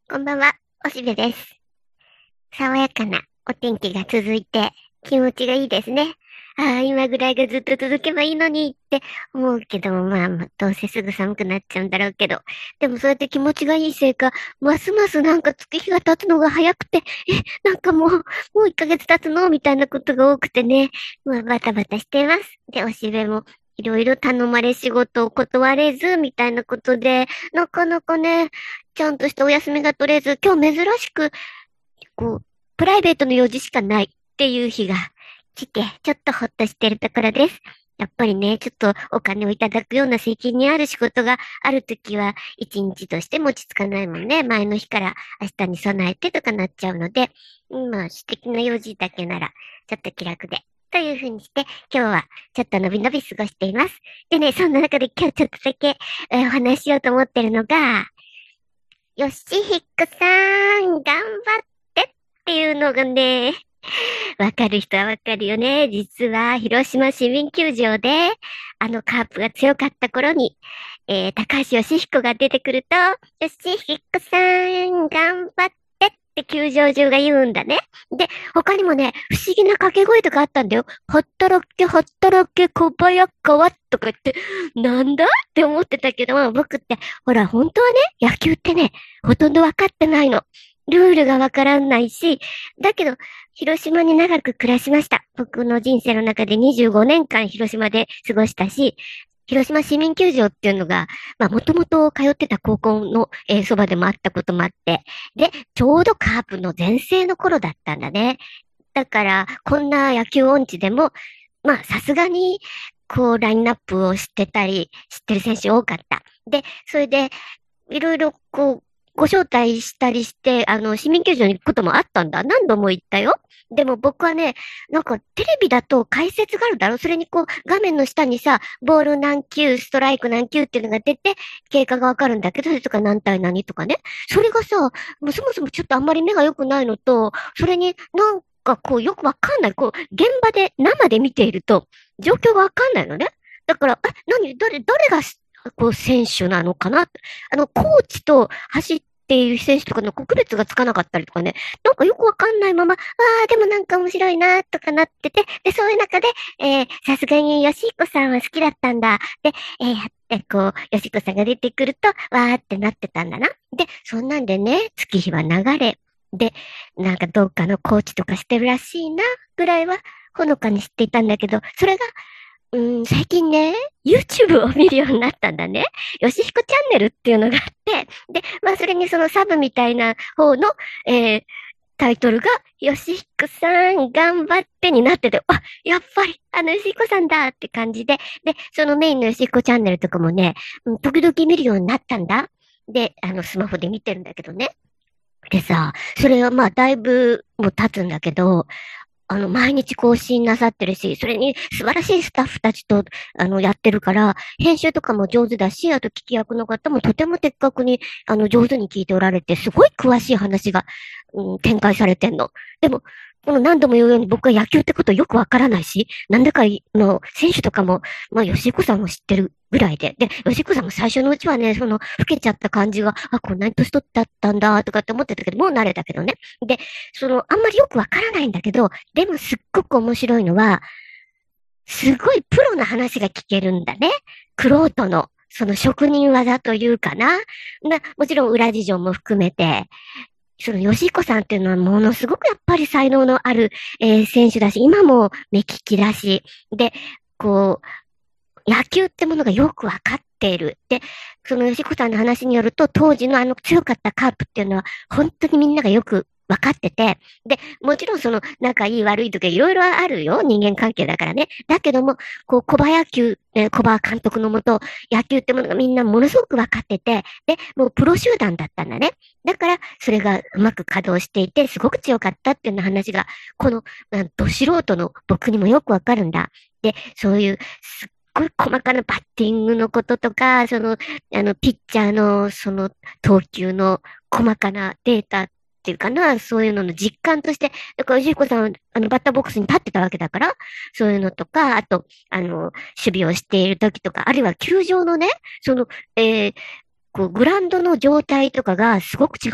こんばんは、おしべです。爽やかなお天気が続いて気持ちがいいですね。今ぐらいがずっと続けばいいのにって思うけど、どうせすぐ寒くなっちゃうんだろうけど。でもそうやって気持ちがいいせいか、ますますなんか月日が経つのが早くて、なんかもう1ヶ月経つのみたいなことが多くてね。バタバタしています。で、おしべもいろいろ頼まれ仕事を断れず、みたいなことで、なかなかね、ちゃんとしたお休みが取れず、今日珍しく、こう、プライベートの用事しかないっていう日が来て、ちょっとほっとしてるところです。やっぱりね、ちょっとお金をいただくような責任ある仕事があるときは、一日としても落ち着かないもんね。前の日から明日に備えてとかなっちゃうので、私的な用事だけなら、ちょっと気楽で。というふうにして、今日はちょっとのびのび過ごしています。でね、そんな中で今日ちょっとだけ、お話ししようと思ってるのが、よしひくさん、頑張ってっていうのがね、わかる人はわかるよね。実は、広島市民球場で、あのカープが強かった頃に、高橋義彦が出てくると、よしひくさん、頑張ってって球場中が言うんだね。で、他にもね、不思議な掛け声とかあったんだよ。働け、働け、小早川とか言って、なんだって思ってたけど、僕って、ほら、本当はね、野球ってね、ほとんどわかってないの。ルールがわからないし、だけど、広島に長く暮らしました。僕の人生の中で25年間広島で過ごしたし、広島市民球場っていうのが、もともと通ってた高校の、そばでもあったこともあって、で、ちょうどカープの全盛の頃だったんだね。だから、こんな野球音痴でも、さすがに、ラインナップを知ってたり、知ってる選手多かった。で、それで、いろいろ、ご招待したりして、市民球場に行くこともあったんだ。何度も行ったよ。でも僕はね、なんかテレビだと解説があるだろ。それに画面の下にさ、ボール何球、ストライク何球っていうのが出て、経過がわかるんだけど、それとか何対何とかね。それがさ、もうそもそもちょっとあんまり目が良くないのと、それになんかよくわかんない。現場で、生で見ていると、状況がわかんないのね。だから、誰が選手なのかなって。コーチと走っている選手とかの区別がつかなかったりとかね。なんかよくわかんないまま、でもなんか面白いな、とかなってて、で、そういう中で、さすがによしひこさんは好きだったんだ。で、よしひこさんが出てくると、わーってなってたんだな。で、そんなんでね、月日は流れ。で、なんかどっかのコーチとかしてるらしいな、ぐらいは、ほのかに知っていたんだけど、それが最近ね、YouTube を見るようになったんだね。よしひこチャンネルっていうのがあって、で、それにそのサブみたいな方の、えータイトルが、よしひこさん、頑張ってになってて、やっぱり、よしひこさんだって感じで、で、そのメインのよしひこチャンネルとかもね、時々見るようになったんだ。で、スマホで見てるんだけどね。でさ、それはだいぶもう経つんだけど、毎日更新なさってるし、それに素晴らしいスタッフたちと、やってるから、編集とかも上手だし、あと聞き役の方もとても的確に、上手に聞いておられて、すごい詳しい話が、展開されてんの。でも、この何度も言うように僕は野球ってことよくわからないし、なんだか選手とかも、吉彦さんも知ってるぐらいで。で、吉彦さんも最初のうちはね、老けちゃった感じが、こんなに年取ったんだ、とかって思ってたけど、もう慣れたけどね。で、あんまりよくわからないんだけど、でもすっごく面白いのは、すごいプロの話が聞けるんだね。玄人の、その職人技というかな。もちろん裏事情も含めて、吉彦さんっていうのはものすごくやっぱり才能のある、選手だし、今も目利きだし、で、野球ってものがよくわかっている。で、その吉子さんの話によると、当時の強かったカープっていうのは、本当にみんながよくわかってて、で、もちろん仲いい悪いとかいろいろあるよ。人間関係だからね。だけども、小葉野球、小葉監督のもと、野球ってものがみんなものすごくわかってて、で、もうプロ集団だったんだね。だから、それがうまく稼働していて、すごく強かったっていうような話が、ど素人の僕にもよくわかるんだ。で、そういう、すっごい細かなバッティングのこととか、ピッチャーの、投球の細かなデータっていうかな、そういうのの実感として、だから、藤彦さんは、バッターボックスに立ってたわけだから、そういうのとか、あと、守備をしている時とか、あるいは球場のね、えーグラウンドの状態とかがすごく違ったんだっ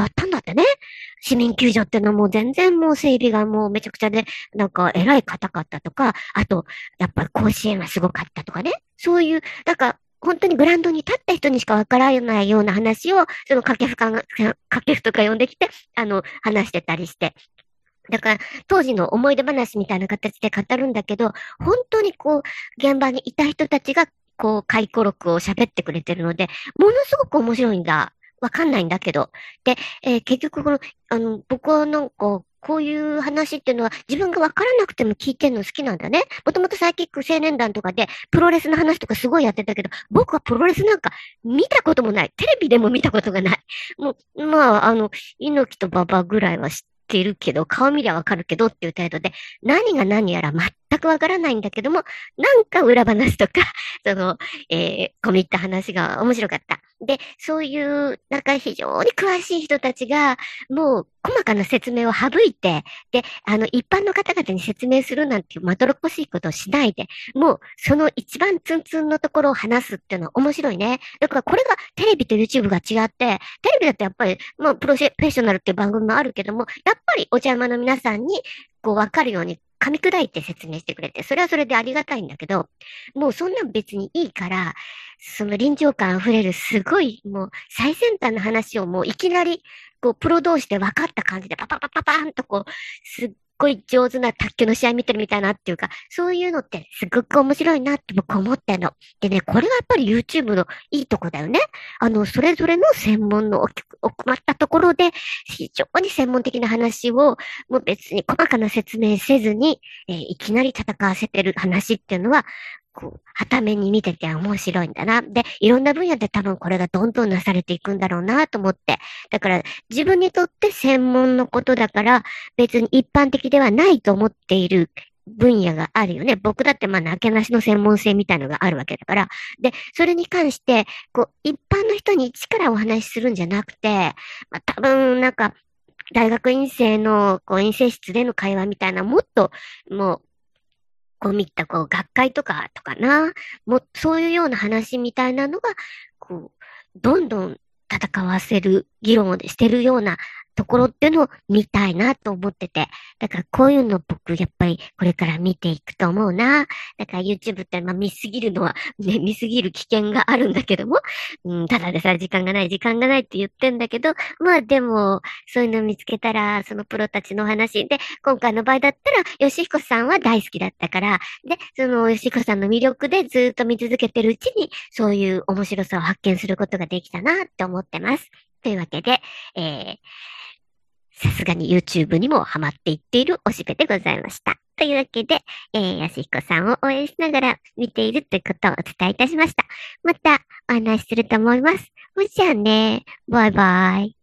ってね。市民球場ってのはもう全然もう整備がもうめちゃくちゃで、なんか偉い方かったとか、あと、やっぱり甲子園はすごかったとかね。そういう、なんか、本当にグラウンドに立った人にしかわからないような話を、その掛布とか呼んできて、話してたりして。だから、当時の思い出話みたいな形で語るんだけど、本当にこう、現場にいた人たちが、こう、回顧録を喋ってくれてるので、ものすごく面白いんだ。わかんないんだけど。で、結局この、僕はなんか、こういう話っていうのは自分がわからなくても聞いてるの好きなんだね。もともとサイキック青年団とかでプロレスの話とかすごいやってたけど、僕はプロレスなんか見たこともない。テレビでも見たことがない。もう、まあ、猪木と馬場ぐらいは知ってるけど、顔見りゃわかるけどっていう態度で、何が何やら全くわからないんだけども、なんか裏話とか、その、込み入った話が面白かった。で、そういう、なんか非常に詳しい人たちが、もう細かな説明を省いて、で、一般の方々に説明するなんていうまどろっこしいことをしないで、もう、その一番ツンツンのところを話すっていうのは面白いね。だからこれがテレビと YouTube が違って、テレビだってやっぱり、まあ、プロフェッショナルっていう番組もあるけども、やっぱりお茶山の皆さんに、こう、わかるように噛み砕いて説明してくれて、それはそれでありがたいんだけど、もうそんなん別にいいから、その臨場感あふれるすごい、もう最先端の話をもういきなり、こう、プロ同士で分かった感じでパパパパパーンとこう、すっごい上手な卓球の試合見てるみたいなっていうか、そういうのってすごく面白いなって僕思ってんの。でね、これがやっぱり YouTube のいいとこだよね。それぞれの専門の奥まったところで、非常に専門的な話を、もう別に細かな説明せずに、いきなり戦わせてる話っていうのは、こう、はために見てて面白いんだな。で、いろんな分野で多分これがどんどんなされていくんだろうなと思って。だから、自分にとって専門のことだから、別に一般的ではないと思っている分野があるよね。僕だってまあ、なけなしの専門性みたいのがあるわけだから。で、それに関して、こう、一般の人に一からお話しするんじゃなくて、まあ、多分、なんか、大学院生の、こう、院生室での会話みたいな、もっと、もう、こう見た、こう、学会とかな。もう、そういうような話みたいなのが、こう、どんどん戦わせる、議論をしてるようなところっていうのを見たいなと思ってて。だからこういうの僕、やっぱりこれから見ていくと思うな。だから YouTube ってまあ見すぎるのは、ね、見すぎる危険があるんだけども、ただでさ、時間がないって言ってんだけど、まあでも、そういうのを見つけたら、そのプロたちの話で、今回の場合だったら、吉彦さんは大好きだったから、で、その吉彦さんの魅力でずっと見続けてるうちに、そういう面白さを発見することができたなって思ってます。というわけで、さすがに YouTube にもハマっていっているおしべでございました。というわけで、やしひこさんを応援しながら見ているということをお伝えいたしました。またお話しすると思います。じゃあね、バイバイ。